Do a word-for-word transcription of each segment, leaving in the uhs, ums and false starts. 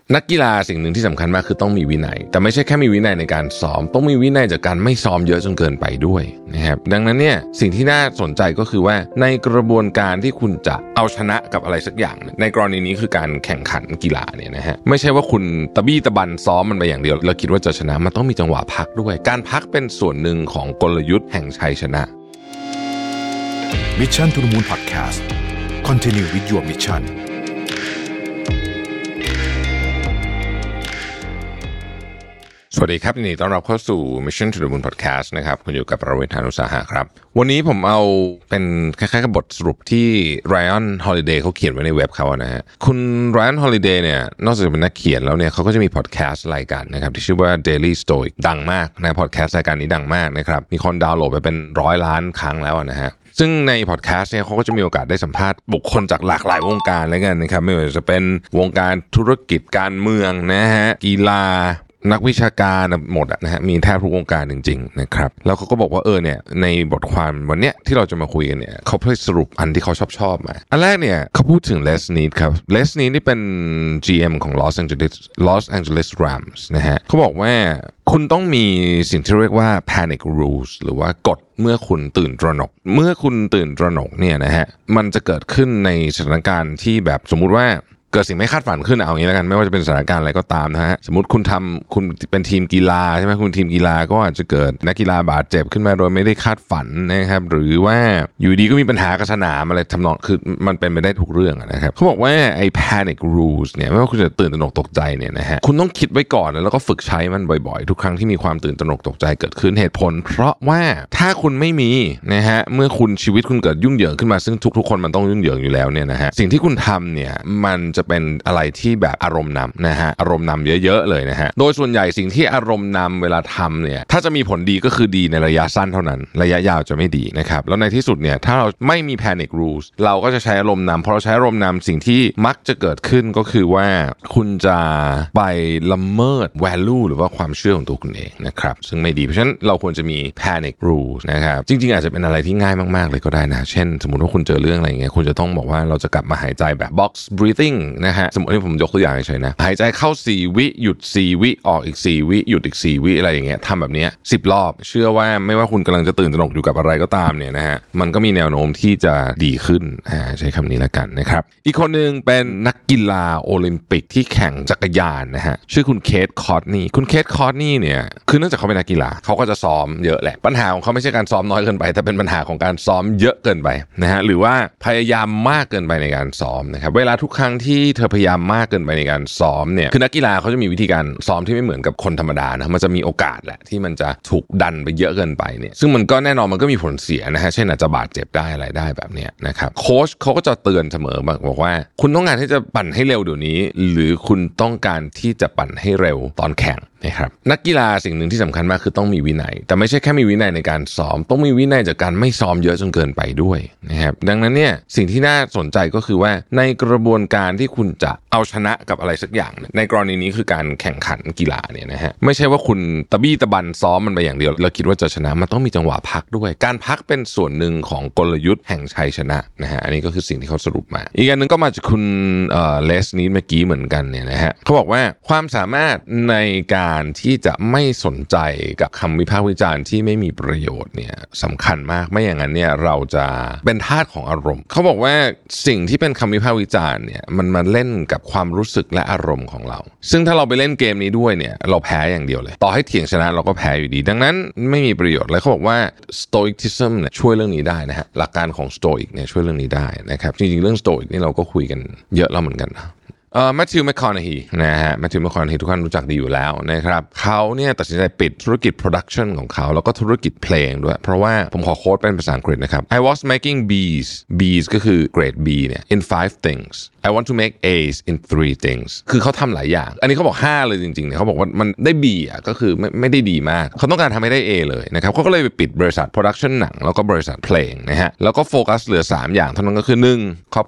นักกีฬาสิ่งหนึ่งที่สำคัญมากคือต้องมีวินัยแต่ไม่ใช่แค่มีวินัยในการซ้อมต้องมีวินัยจากการไม่ซ้อมเยอะจนเกินไปด้วยนะครับดังนั้นเนี่ยสิ่งที่น่าสนใจก็คือว่าในกระบวนการที่คุณจะเอาชนะกับอะไรสักอย่างในกรณีนี้คือการแข่งขันกีฬาเนี่ยนะฮะไม่ใช่ว่าคุณตะบี้ตะบันซ้อมมันไปอย่างเดียวแล้วคิดว่าจะชนะมันต้องมีจังหวะพักด้วยการพักเป็นส่วนหนึ่งของกลยุทธ์แห่งชัยชนะ Mission to the Moon Podcast Continue with your mission สวัสดีครับยินดีต้อนรับเข้าสู่ Mission to the Moon Podcast นะครับคุณอยู่กับประเวท หาญอุตสาหะครับวันนี้ผมเอาเป็นคล้ายๆกับบทสรุปที่ Ryan Holiday เขาเขียนไว้ในเว็บเขานะฮะคุณ Ryan Holiday เนี่ยนอกจากจะเป็นนักเขียนแล้วเนี่ยเขาก็จะมีพอดแคสต์รายการนะครับที่ชื่อว่า Daily Stoic ดังมากนะพอดแคสต์รายการนี้ดังมากนะครับมีคนดาวน์โหลดไปเป็นร้อยล้านครั้งแล้วนะฮะซึ่งในพอดแคสต์เนี่ยเขาก็จะมีโอกาสได้สัมภาษณ์บุคคลจากหลากหลายวงการแล้วกันนะครับไม่ว่าจะเป็นวงการธุรกิจการเมืองนะฮะกีฬานักวิชาการหมดนะฮะมีแทบทุกวงการจริงๆนะครับแล้วเขาก็บอกว่าเออเนี่ยในบทความวันเนี้ยที่เราจะมาคุยกันเนี่ยเขาเพิ่งสรุปอันที่เขาชอบชอบมาอันแรกเนี่ยเขาพูดถึงเลสนีดครับเลสนีดนี่เป็น จี เอ็ม ของ Los Angeles Los Angeles Rams นะฮะเขาบอกว่าคุณต้องมีสิ่งที่เรียกว่า panic rules หรือว่ากฎเมื่อคุณตื่นตระหนกเมื่อคุณตื่นตระหนกเนี่ยนะฮะมันจะเกิดขึ้นในสถานการณ์ที่แบบสมมุติว่าเกิดสิ่งไม่คาดฝันขึ้นเอาอย่างนี้แล้วกันไม่ว่าจะเป็นสถานการณ์อะไรก็ตามนะฮะสมมติคุณทำคุณเป็นทีมกีฬาใช่ไหมคุณทีมกีฬาก็อาจจะเกิดนักกีฬาบาดเจ็บขึ้นมาโดยไม่ได้คาดฝันนะครับหรือว่าอยู่ดีก็มีปัญหากับสนามอะไรทำนองคือมันเป็นไปได้ทุกเรื่องนะครับเขาบอกว่าไอ้ panic rules เนี่ยไม่ว่าคุณจะตื่นตระหนกตกใจเนี่ยนะฮะคุณต้องคิดไว้ก่อนแล้วก็ฝึกใช้มันบ่อยๆทุกครั้งที่มีความตื่นตระหนกตกใจเกิดขึ้นเหตุผลเพราะว่าถ้าคุณไม่มีนะฮะเมื่อคุณชีวิตคุณเกิดยุ่งเหยิงขึ้นมาซึ่งทุกๆคนมันต้องยุ่งเหยิงอยู่แล้วเนี่ยนะฮะสิ่งที่คุณทำเนี่ยมันจะเป็นอะไรที่แบบอารมณ์นำนะฮะอารมณ์นำเยอะๆเลยนะฮะโดยส่วนใหญ่สิ่งที่อารมณ์นำเวลาทำเนี่ยถ้าจะมีผลดีก็คือดีในระยะสั้นเท่านั้นระยะยาวจะไม่ดีนะครับแล้วในที่สุดเนี่ยถ้าเราไม่มี panic rules เราก็จะใช้อารมณ์นำพอเราใช้อารมณ์นำสิ่งที่มักจะเกิดขึ้นก็คือว่าคุณจะไปละเมิด value หรือว่าความเชื่อของตัวคุณเองนะครับซึ่งไม่ดีเพราะฉะนั้นเราควรจะมี panic rules นะครับจริงๆอาจจะเป็นอะไรที่ง่ายมากๆเลยก็ได้นะเช่นสมมุติว่าคุณเจอเรื่องอะไรอย่างเงี้ยคุณจะต้องบอกว่าเราจะกลับมาหายใจแบบ box breathing นะฮะสมมติที่ผมยกตัวอย่างเฉยๆนะหายใจเข้าสี่วิหยุดสี่วิออกอีกสี่วิหยุดอีกสี่วิอะไรอย่างเงี้ยทำแบบนี้สิบรอบเชื่อว่าไม่ว่าคุณกำลังจะตื่นตระหนกอยู่กับอะไรก็ตามเนี่ยนะฮะมันก็มีแนวโน้มที่จะดีขึ้นอ่าใช้คำนี้ละกันนะครับอีกคนนึงเป็นนักกีฬาโอลิมปิกที่แข่งจักรยานนะฮะชื่อคุณเคทคอร์ตนีคุณเคทคอร์ตนีเนี่ยคือเนื่องจากเขาเป็นนักกีฬาเขาก็จะซ้อมเยอะแหละปัญหาของเขาไม่ใช่การซ้อมน้อยเกินไปแต่เป็นปัญหาของการซ้อมเยอะเกินไปนะฮะหรือว่าพยายามมากเกินไปในการซ้อมนะครับเวลาทุกครั้งที่เธอพยายามมากเกินไปในการซ้อมเนี่ยคือนักกีฬาเขาจะมีวิธีการซ้อมที่ไม่เหมือนกับคนธรรมดานะมันจะมีโอกาสแหละที่มันจะถูกดันไปเยอะเกินไปเนี่ยซึ่งมันก็แน่นอนมันก็มีผลเสียนะฮะเช่นอาจจะบาดเจ็บได้อะไรได้แบบเนี้ยนะครับโค้ชเขาก็จะเตือนเสมอบอกว่าคุณต้องการที่จะปั่นให้เร็วเดี๋ยวนี้หรือคุณต้องการที่จะปั่นให้เร็วตอนแข่งนะครับนักกีฬาสิ่งหนึ่งที่สำคัญมากคือต้องมีวินัยแต่ไม่ใช่แค่มีวินัยในการซ้อมต้องมีวินัยจากการไม่ซ้อมเยอะจนเกินไปด้วยนะครับดังนั้นเนี่ยสิ่งที่น่าสนใจก็คือว่าในกระบวนการที่คุณจะเอาชนะกับอะไรสักอย่างในกรณีนี้คือการแข่งขันกีฬาเนี่ยนะฮะไม่ใช่ว่าคุณตะบี้ตะบันซ้อมมันไปอย่างเดียวแล้วคิดว่าจะชนะมันต้องมีจังหวะพักด้วยการพักเป็นส่วนหนึ่งของกลยุทธ์แห่งชัยชนะนะฮะอันนี้ก็คือสิ่งที่เขาสรุปมาอีกอันนึงก็มาจากคุณเอ่อเลสนีดเมื่อกี้เหมือนกันเนี่ยนะฮะเขาบอกว่าความสามารถในการที่จะไม่สนใจกับคำวิพากษ์วิจารณ์ที่ไม่มีประโยชน์เนี่ยสำคัญมากไม่อย่างนั้นเนี่ยเราจะเป็นทาสของอารมณ์เขาบอกว่าสิ่งที่เป็นคำวิพากษ์วิจารณ์เนี่ยมันมาเล่นกับความรู้สึกและอารมณ์ของเราซึ่งถ้าเราไปเล่นเกมนี้ด้วยเนี่ยเราแพ้อย่างเดียวเลยต่อให้เถียงชนะเราก็แพ้อยู่ดีดังนั้นไม่มีประโยชน์เลยเขาบอกว่า stoicism เนี่ยช่วยเรื่องนี้ได้นะฮะหลักการของ stoic เนี่ยช่วยเรื่องนี้ได้นะครับจริงๆเรื่อง stoic นี่เราก็คุยกันเยอะแล้วเหมือนกันนะเอ่อแมทธิวแมคคอนาฮีนะฮะแมทธิวแมคคอนาฮีทุกท่านรู้จักดีอยู่แล้วนะครับเขาเนี่ยตัดสินใจปิดธุรกิจโปรดักชันของเขาแล้วก็ธุรกิจเพลงด้วยเพราะว่าผมขอโค้ดเป็นภาษาอังกฤษนะครับ I was making B's B's ก็คือเกรด B เนี่ย in five things I want to make A's in three things คือเขาทำหลายอย่างอันนี้เขาบอกห้าเลยจริงๆเนี่ยเขาบอกว่ามันได้ B อ่ะก็คือไม่ไม่ได้ดีมากเขาต้องการทำให้ได้ A เลยนะครับเขาก็เลยไปปิดบริษัทโปรดักชันหนังแล้วก็บริษัทเพลงนะฮะแล้วก็โฟกัสเหลือสามอย่างเท่านั้นก็คือหนึ่งครอบครัว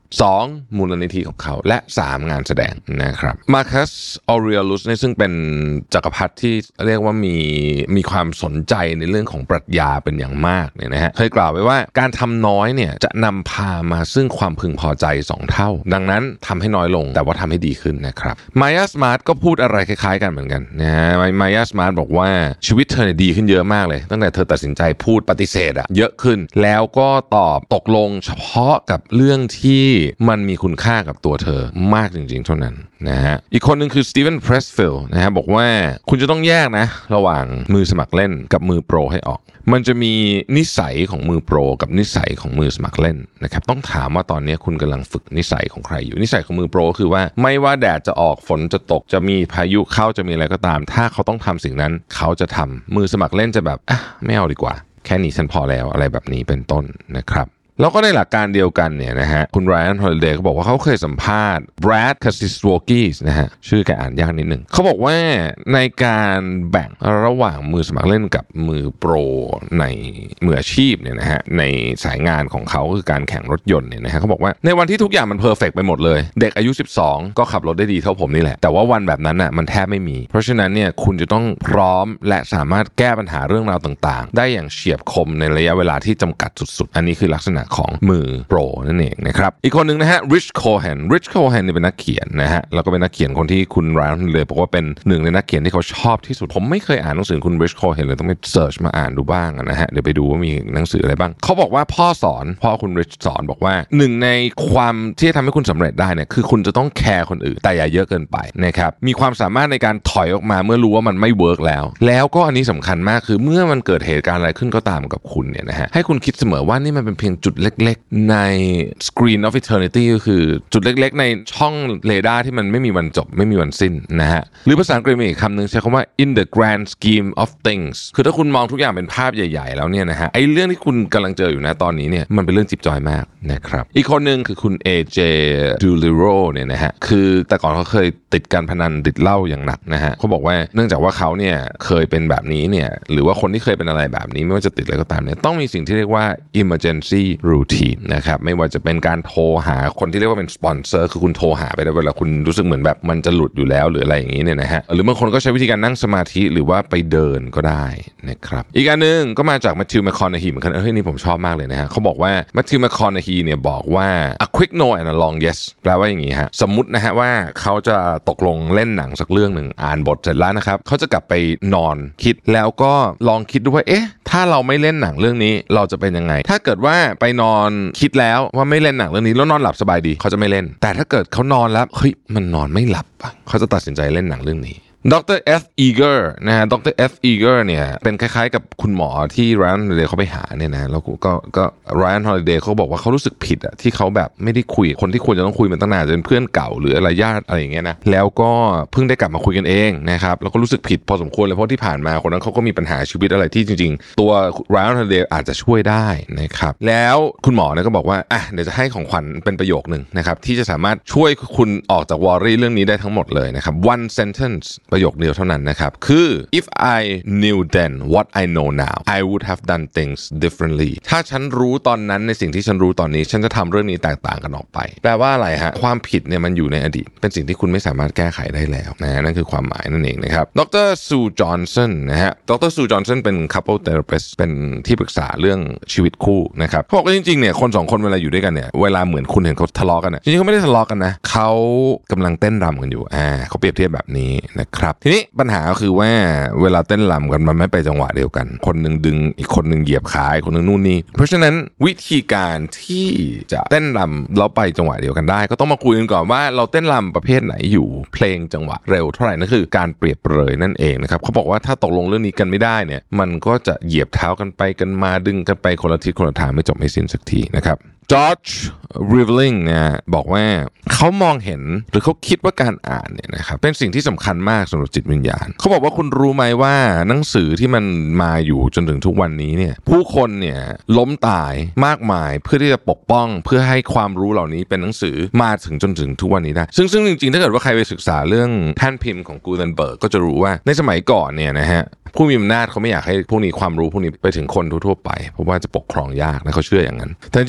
สองมูลนิธิของเขาและสามงานแสดงนะครับมาคัสออเรียลุสเนี่ยซึ่งเป็นจักรพรรดิที่เรียกว่ามีมีความสนใจในเรื่องของปรัชญาเป็นอย่างมากเนี่ยนะฮะเคยกล่าวไว้ว่าการทำน้อยเนี่ยจะนำพามาซึ่งความพึงพอใจสองเท่าดังนั้นทำให้น้อยลงแต่ว่าทำให้ดีขึ้นนะครับมายาสมาร์ทก็พูดอะไรคล้ายๆกันเหมือนกันนะฮะมายาสมาร์ทบอกว่าชีวิตเธอเนี่ยดีขึ้นเยอะมากเลยตั้งแต่เธอตัดสินใจพูดปฏิเสธอะเยอะขึ้นแล้วก็ตอบตกลงเฉพาะกับเรื่องที่มันมีคุณค่ากับตัวเธอมากจริงๆเท่านั้นนะฮะอีกคนหนึ่งคือสตีเวนเพรสฟิลด์นะฮะบอกว่าคุณจะต้องแยกนะระหว่างมือสมัครเล่นกับมือโปรให้ออกมันจะมีนิสัยของมือโปรกับนิสัยของมือสมัครเล่นนะครับต้องถามว่าตอนนี้คุณกำลังฝึกนิสัยของใครอยู่นิสัยของมือโปรคือว่าไม่ว่าแดดจะออกฝนจะตกจะมีพายุเข้าจะมีอะไรก็ตามถ้าเขาต้องทำสิ่งนั้นเขาจะทำมือสมัครเล่นจะแบบอ่ะไม่เอาดีกว่าแค่นี้ฉันพอแล้วอะไรแบบนี้เป็นต้นนะครับแล้วก็ในหลักการเดียวกันเนี่ยนะฮะคุณไรอันฮอลิเดย์เขาบอกว่าเขาเคยสัมภาษณ์แบรดคาซิสวอกีสนะฮะชื่อแกอ่านยากนิดหนึ่งเขาบอกว่าในการแบ่งระหว่างมือสมัครเล่นกับมือโปรในมืออาชีพเนี่ยนะฮะในสายงานของเขาคือการแข่งรถยนต์เนี่ยนะฮะเขาบอกว่าในวันที่ทุกอย่างมันเพอร์เฟกต์ไปหมดเลยเด็กอายุสิบสองก็ขับรถได้ดีเท่าผมนี่แหละแต่ว่าวันแบบนั้นน่ะมันแทบไม่มีเพราะฉะนั้นเนี่ยคุณจะต้องพร้อมและสามารถแก้ปัญหาเรื่องราวต่างๆได้อย่างเฉียบคมในระยะเวลาที่จำกัดสุดๆอันนี้คือลักษณะของมือโปรนั่นเองนะครับอีกคนหนึ่งนะฮะ Rich Cohen Rich Cohen เนี่ยเป็นนักเขียนนะฮะแล้วก็เป็นนักเขียนคนที่คุณไรอันเลยบอกว่าเป็นหนึ่งในนักเขียนที่เขาชอบที่สุดผมไม่เคยอ่านหนังสือคุณ Rich Cohen เลยต้องไปเสิร์ชมาอ่านดูบ้างนะฮะเดี๋ยวไปดูว่ามีหนังสืออะไรบ้างเขาบอกว่าพ่อสอนพ่อคุณ Rich สอนบอกว่าหนึ่งในความที่จะทำให้คุณสำเร็จได้เนี่ยคือคุณจะต้องแคร์คนอื่นแต่อย่าเยอะเกินไปนะครับมีความสามารถในการถอยออกมาเมื่อรู้ว่ามันไม่เวิร์กแล้วแล้วก็อันนี้สำคัญมากคือเมื่อมันเกิดเหตุการณ์อะไรขึ้นก็ตามกับคุณเนี่ยนะฮะให้คุณคิดเสมอว่านี่มันเป็นเพียงจุดเล็กๆในScreen of Eternity ก็คือจุดเล็กๆในช่องเรดาร์ที่มันไม่มีวันจบไม่มีวันสิ้นนะฮะหรือภาษาอังกฤษมีอีกคำหนึ่งใช้คำว่า in the grand scheme of things คือถ้าคุณมองทุกอย่างเป็นภาพใหญ่ๆแล้วเนี่ยนะฮะไอ้เรื่องที่คุณกำลังเจออยู่นะตอนนี้เนี่ยมันเป็นเรื่องจิ๊บจอยมากนะครับอีกคนหนึ่งคือคุณ เอ เจ Doolittle เนี่ยนะฮะคือแต่ก่อนเขาเคยติดการพนันติดเหล้าอย่างหนักนะฮะเขาบอกว่าเนื่องจากว่าเขาเนี่ยเคยเป็นแบบนี้เนี่ยหรือว่าคนที่เคยเป็นอะไรแบบนี้ไม่ว่าจะติดอะไรก็ตามเนี่ยต้องมีสิ่งที่เรียกว่า emergency routine นะครับไม่ว่าจะเป็นการโทรหาคนที่เรียกว่าเป็นสปอนเซอร์คือคุณโทรหาไปได้เวลาคุณรู้สึกเหมือนแบบมันจะหลุดอยู่แล้วหรืออะไรอย่างนี้เนี่ยนะฮะหรือบางคนก็ใช้วิธีการนั่งสมาธิหรือว่าไปเดินก็ได้นะครับอีกอันนึงก็มาจากแมทธิว แมคคอนเนฮีเหมือนกันเฮ้ยนี่ผมชอบมากเลยนะฮะเขาบอกว่าแมทธิว แมคคอนเนฮีเนี่ยบอกว่า a quick no and a long yes แปลว่าอย่างนี้ฮะสมมุตินะฮะว่าเขาจะตกลงเล่นหนังสักเรื่องหนึ่งอ่านบทเสร็จแล้วนะครับเขาจะกลับไปนอนคิดแล้วก็ลองคิดดูว่าเอ๊ะถ้าเราไม่เล่นหนังเรื่องนี้เราจะเป็นยังไงถ้าเกิดว่าไปนอนคิดแล้วว่าไม่เล่นหนังเรื่องนี้แล้วนอนหลับสบายดีเขาจะไม่เล่นแต่ถ้าเกิดเขานอนแล้วเฮ้ยมันนอนไม่หลับอ่ะเขาจะตัดสินใจเล่นหนังเรื่องนี้ดร. F. Eager นะฮะดร. F. Eager เนี่ยเป็นคล้ายๆกับคุณหมอที่ Ryan Holiday เขาไปหาเนี่ยนะแล้วก็ก็ Ryan Holiday เขาบอกว่าเขารู้สึกผิดอ่ะที่เขาแบบไม่ได้คุยคนที่ควรจะต้องคุยมันตั้งนานจะเป็นเพื่อนเก่าหรืออะไรญาติอะไรอย่างเงี้ยนะแล้วก็เพิ่งได้กลับมาคุยกันเองนะครับแล้วก็รู้สึกผิดพอสมควรเลยเพราะที่ผ่านมาคนนั้นเขาก็มีปัญหาชีวิตอะไรที่จริงๆตัว Ryan Holiday อาจจะช่วยได้นะครับแล้วคุณหมอเนี่ยก็บอกว่าอ่ะเดี๋ยวจะให้ของขวัญเป็นประโยคนึงนะครับที่จะสามารถช่วยคุณออกจากวอรี่เรื่องนี้ได้ทั้งหมดเลยนะครับ one sentenceประโยคเดียวเท่านั้นนะครับคือ if I knew then what I know now I would have done things differently ถ้าฉันรู้ตอนนั้นในสิ่งที่ฉันรู้ตอนนี้ฉันจะทำเรื่องนี้แตกต่างกันออกไปแปลว่าอะไรฮะความผิดเนี่ยมันอยู่ในอดีตเป็นสิ่งที่คุณไม่สามารถแก้ไขได้แล้วนะนั่นคือความหมายนั่นเองนะครับดร. ซูจอห์นสันนะฮะดร. ซูจอห์นสันเป็น couple therapist เป็นที่ปรึกษาเรื่องชีวิตคู่นะครับเขาบอกว่าจริงๆเนี่ยคนสองคนเวลาอยู่ด้วยกันเนี่ยเวลาเหมือนคุณเห็นเขาทะเลาะกันนะจริงๆเขาไม่ได้ทะเลาะกันนะเขากำลังเต้นรำกันอยู่อ่าเขาเปรียบเทียบแบบนี้นะครับทีนี้ปัญหาก็คือว่าเวลาเต้นรำกันมันไม่ไปจังหวะเดียวกันคนหนึ่งดึงอีกคนหนึ่งเหยียบขาอีกคนหนึ่งนู่นนี่เพราะฉะนั้นวิธีการที่จะเต้นรำแล้วไปจังหวะเดียวกันได้ก็ต้องมาคุยกันก่อนว่าเราเต้นรำประเภทไหนอยู่เพลงจังหวะเร็วเท่าไหร่นั่นคือการเปรียบเปรยนั่นเองนะครับเขาบอกว่าถ้าตกลงเรื่องนี้กันไม่ได้เนี่ยมันก็จะเหยียบเท้ากันไปกันมาดึงกันไปคนละทิศคนละทางไม่จบไม่สิ้นสักทีนะครับจอร์จ ริฟลิงเนี่ยบอกว่าเขามองเห็นหรือเขาคิดว่าการอ่านเนี่ยนะครับเป็นสิ่งที่สำคัญมากสำหรับจิตวิญญาณเขาบอกว่าคุณรู้ไหมว่าหนังสือที่มันมาอยู่จนถึงทุกวันนี้เนี่ยผู้คนเนี่ยล้มตายมากมายเพื่อที่จะปกป้องเพื่อให้ความรู้เหล่านี้เป็นหนังสือมาถึงจนถึงทุกวันนี้ได้ซึ่งซึ่งจริงๆถ้าเกิดว่าใครไปศึกษาเรื่องแท่นพิมพ์ของกูเทนเบิร์กก็จะรู้ว่าในสมัยก่อนเนี่ยนะฮะผู้มีอำนาจเขาไม่อยากให้พวกนี้ความรู้พวกนี้ไปถึงคนทั่วๆไปเพราะว่าจะปกครองยากนะเขาเชื่ออย่างนั้นแต่จริงๆหนังสือมัน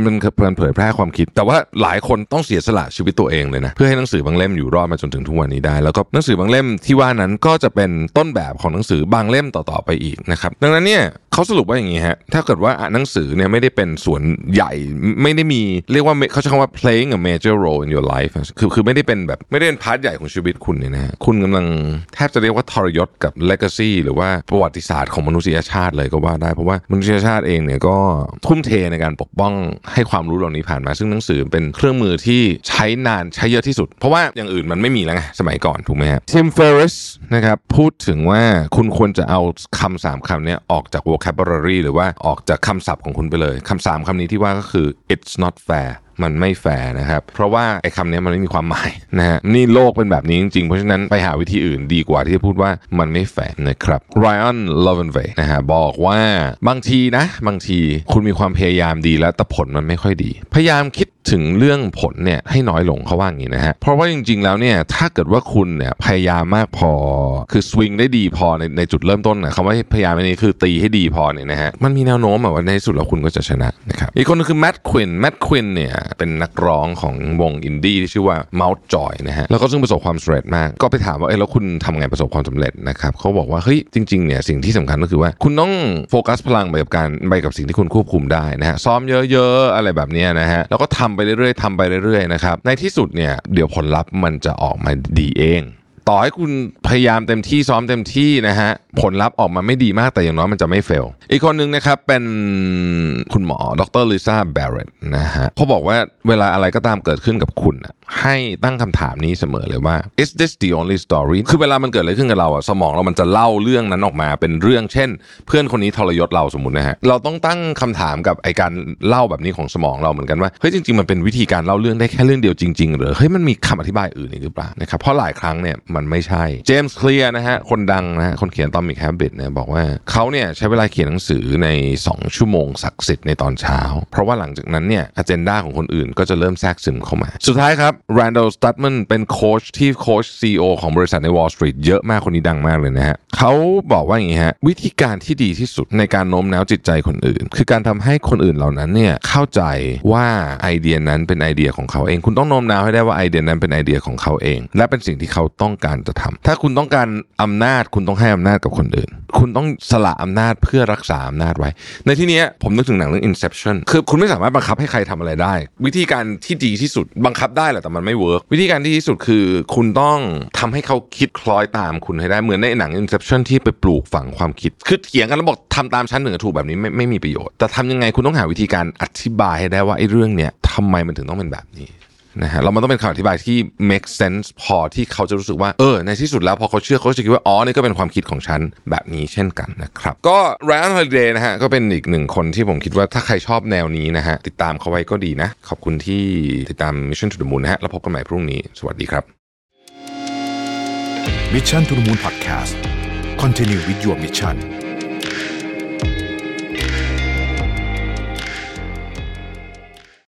เป็นการเผยแพร่ความคิดแต่ว่าหลายคนต้องเสียสละชีวิตตัวเองเลยนะเพื่อให้หนังสือบางเล่มอยู่รอดมาจนถึงทุกวันนี้ได้แล้วก็หนังสือบางเล่มที่ว่านั้นก็จะเป็นต้นแบบของหนังสือบางเล่มต่อๆไปอีกนะครับดังนั้นเนี่ยเขาสรุปว่าอย่างนี้ฮะถ้าเกิดว่าหนังสือเนี่ยไม่ได้เป็นส่วนใหญ่ไม่ได้มีเรียกว่าเขาใช้คำว่า playing a major role in your life คือคือไม่ได้เป็นแบบไม่ได้เป็นพาร์ทใหญ่ของชีวิตคุณเนี่ยนะคุณกำลังแทบจะเรียกว่าทรยศกับ legacy หรือว่าประวัติศาสตร์ของมนุษยชาติเลยก็ว่าได้เพราะว่ามนุษยชาติเองเนี่ยก็ทุ่มเทในการปกป้องให้ความรู้เหล่านี้ผ่านมาซึ่งหนังสือเป็นเครื่องมือที่ใช้นานใช้เยอะที่สุดเพราะว่าอย่างอื่นมันไม่มีแล้วไงสมัยก่อนถูกไหมฮะ Tim Ferriss นะครับพูดถึงว่าคุณควรจะเอาคำสามคำนี้ออกจาก vocabulary หรือว่าออกจากคำศัพท์ของคุณไปเลยคำสามคำนี้ที่ว่าก็คือ it's not fairมันไม่แฟร์นะครับเพราะว่าไอ้คำนี้มันไม่มีความหมายนะฮะนี่โลกเป็นแบบนี้จริงๆเพราะฉะนั้นไปหาวิธีอื่นดีกว่าที่จะพูดว่ามันไม่แฟร์นะครับ Ryan Lovenway นะฮะบอกว่าบางทีนะบางทีคุณมีความพยายามดีแล้วแต่ผลมันไม่ค่อยดีพยายามคิดถึงเรื่องผลเนี่ยให้น้อยลงเขาว่าอย่างนี้นะฮะเพราะว่าจริงๆแล้วเนี่ยถ้าเกิดว่าคุณเนี่ยพยายามมากพอคือสวิงได้ดีพอในในจุดเริ่มต้นนะคำว่าพยายามอันนี้คือตีให้ดีพอเนี่ยนะฮะมันมีแนวโน้มว่าในที่สุดแล้วคุณก็จะชนะนะครับอีกคนนึงคือแมทควินแมทควินเนี่ยเป็นนักร้องของวงอินดี้ที่ชื่อว่า Mountjoy นะฮะแล้วก็ซึ่งประสบความสำเร็จมากก็ไปถามว่าเออแล้วคุณทำไงประสบความสำเร็จนะครับเขาบอกว่าเฮ้ยจริงๆเนี่ยสิ่งที่สำคัญก็คือว่าคุณต้องโฟกัสพลังไปกับการไปกับสิ่งที่คุณควบคุมได้นะฮะซ้อมเยอะๆอะไรแบบนี้นะฮะแล้วก็ทำไปเรื่อยๆทำไปเรื่อยๆนะครับในที่สุดเนี่ยเดี๋ยวผลลัพธ์มันจะออกมาดีเองต่อให้คุณพยายามเต็มที่ซ้อมเต็มที่นะฮะผลลัพธ์ออกมาไม่ดีมากแต่อย่างน้อยมันจะไม่เฟลอีกคนนึงนะครับเป็นคุณหมอดรลิซ่าแบร์เรตนะฮะเขาบอกว่าเวลาอะไรก็ตามเกิดขึ้นกับคุณให้ตั้งคำถามนี้เสมอเลยว่า is this the only story คือเวลามันเกิดอะไรขึ้นกับเราอะสมองเรามันจะเล่าเรื่องนั้นออกมาเป็นเรื่องเช่นเพื่อนคนนี้ทรยศเราสมมุตินะฮะเราต้องตั้งคำถามกับไอการเล่าแบบนี้ของสมองเราเหมือนกันว่าเฮ้ยจริงๆมันเป็นวิธีการเล่าเรื่องได้แค่เรื่องเดียวจริงๆหรือเฮ้ยมันมีคำอธิบายอื่นอีกหรือเปล่านะครับเพราะหลายครั้งเนี่ยมันไม่ใช่เจมส์เคลียร์นะฮะคนดังนะฮะคนเขียน Atomic Habits เนี่ยบอกว่าเขาเนี่ยใช้เวลาเขียนหนังสือในสองชั่วโมงศักดิ์สิทธิ์ในตอนเช้าเพราะว่าหลังจากนั้นเนี่ยอเจนดาของคนอื่นก็จะเริ่มแทรกซึมเข้ามาสุดท้ายครับ Randall Stutman เป็นโค้ชที่โค้ช ซี อี โอ ของบริษัทใน Wall Street เยอะมากคนนี้ดังมากเลยนะฮะเขาบอกว่าอย่างนี้ฮะวิธีการที่ดีที่สุดในการโน้มน้าวจิตใจคนอื่นคือการทำให้คนอื่นเหล่านั้นเนี่ยเข้าใจว่าไอเดียนั้นเป็นไอเดียของเขาเองคุณต้องโน้มน้าวให้ได้ว่าไอเดียนั้นเป็นไอเดียของเขาเองและเป็นสิ่งที่เขาต้องการจะทำถ้าคุณต้องการอำนาจคุณต้องให้อำนาจกับคนอื่นคุณต้องสละอำนาจเพื่อรักษาอำนาจไว้ในที่นี้ผมนึกถึงหนังเรื่อง Inception คือคุณไม่สามารถบังคับให้ใครทำอะไรได้วิธีการที่ดีที่สุดบังคับได้แหละแต่มันไม่เวิร์กวิธีการที่ดีที่สุดคือคุณต้องทำให้เขาคิดคล้อยตามคุณให้ได้เหมือนในหนัง Inception ที่ไปปลูกฝังความคิดคือเถียงกันแล้วบอกทำตามชั้นหนึ่งถูกแบบนี้ไม่ไม่มีประโยชน์แต่ทำยังไงคุณต้องหาวิธีการอธิบายให้ได้ว่าไอ้เรื่องเนี้ยทำไมมันถึงต้องเป็นแบบนี้นะฮะเรามันต้องเป็นคำอธิบายที่ make sense พอที่เขาจะรู้สึกว่าเออในที่สุดแล้วพอเขาเชื่อเขาจะคิดว่าอ๋อนี่ก็เป็นความคิดของฉันแบบนี้เช่นกันนะครับก็ Ryan Holiday นะฮะก็เป็นอีกหนึ่งคนที่ผมคิดว่าถ้าใครชอบแนวนี้นะฮะติดตามเขาไว้ก็ดีนะขอบคุณที่ติดตาม Mission to the Moon นะฮะแล้วพบกันใหม่พรุ่งนี้สวัสดีครับ Mission to the Moon Podcast Continue with your mission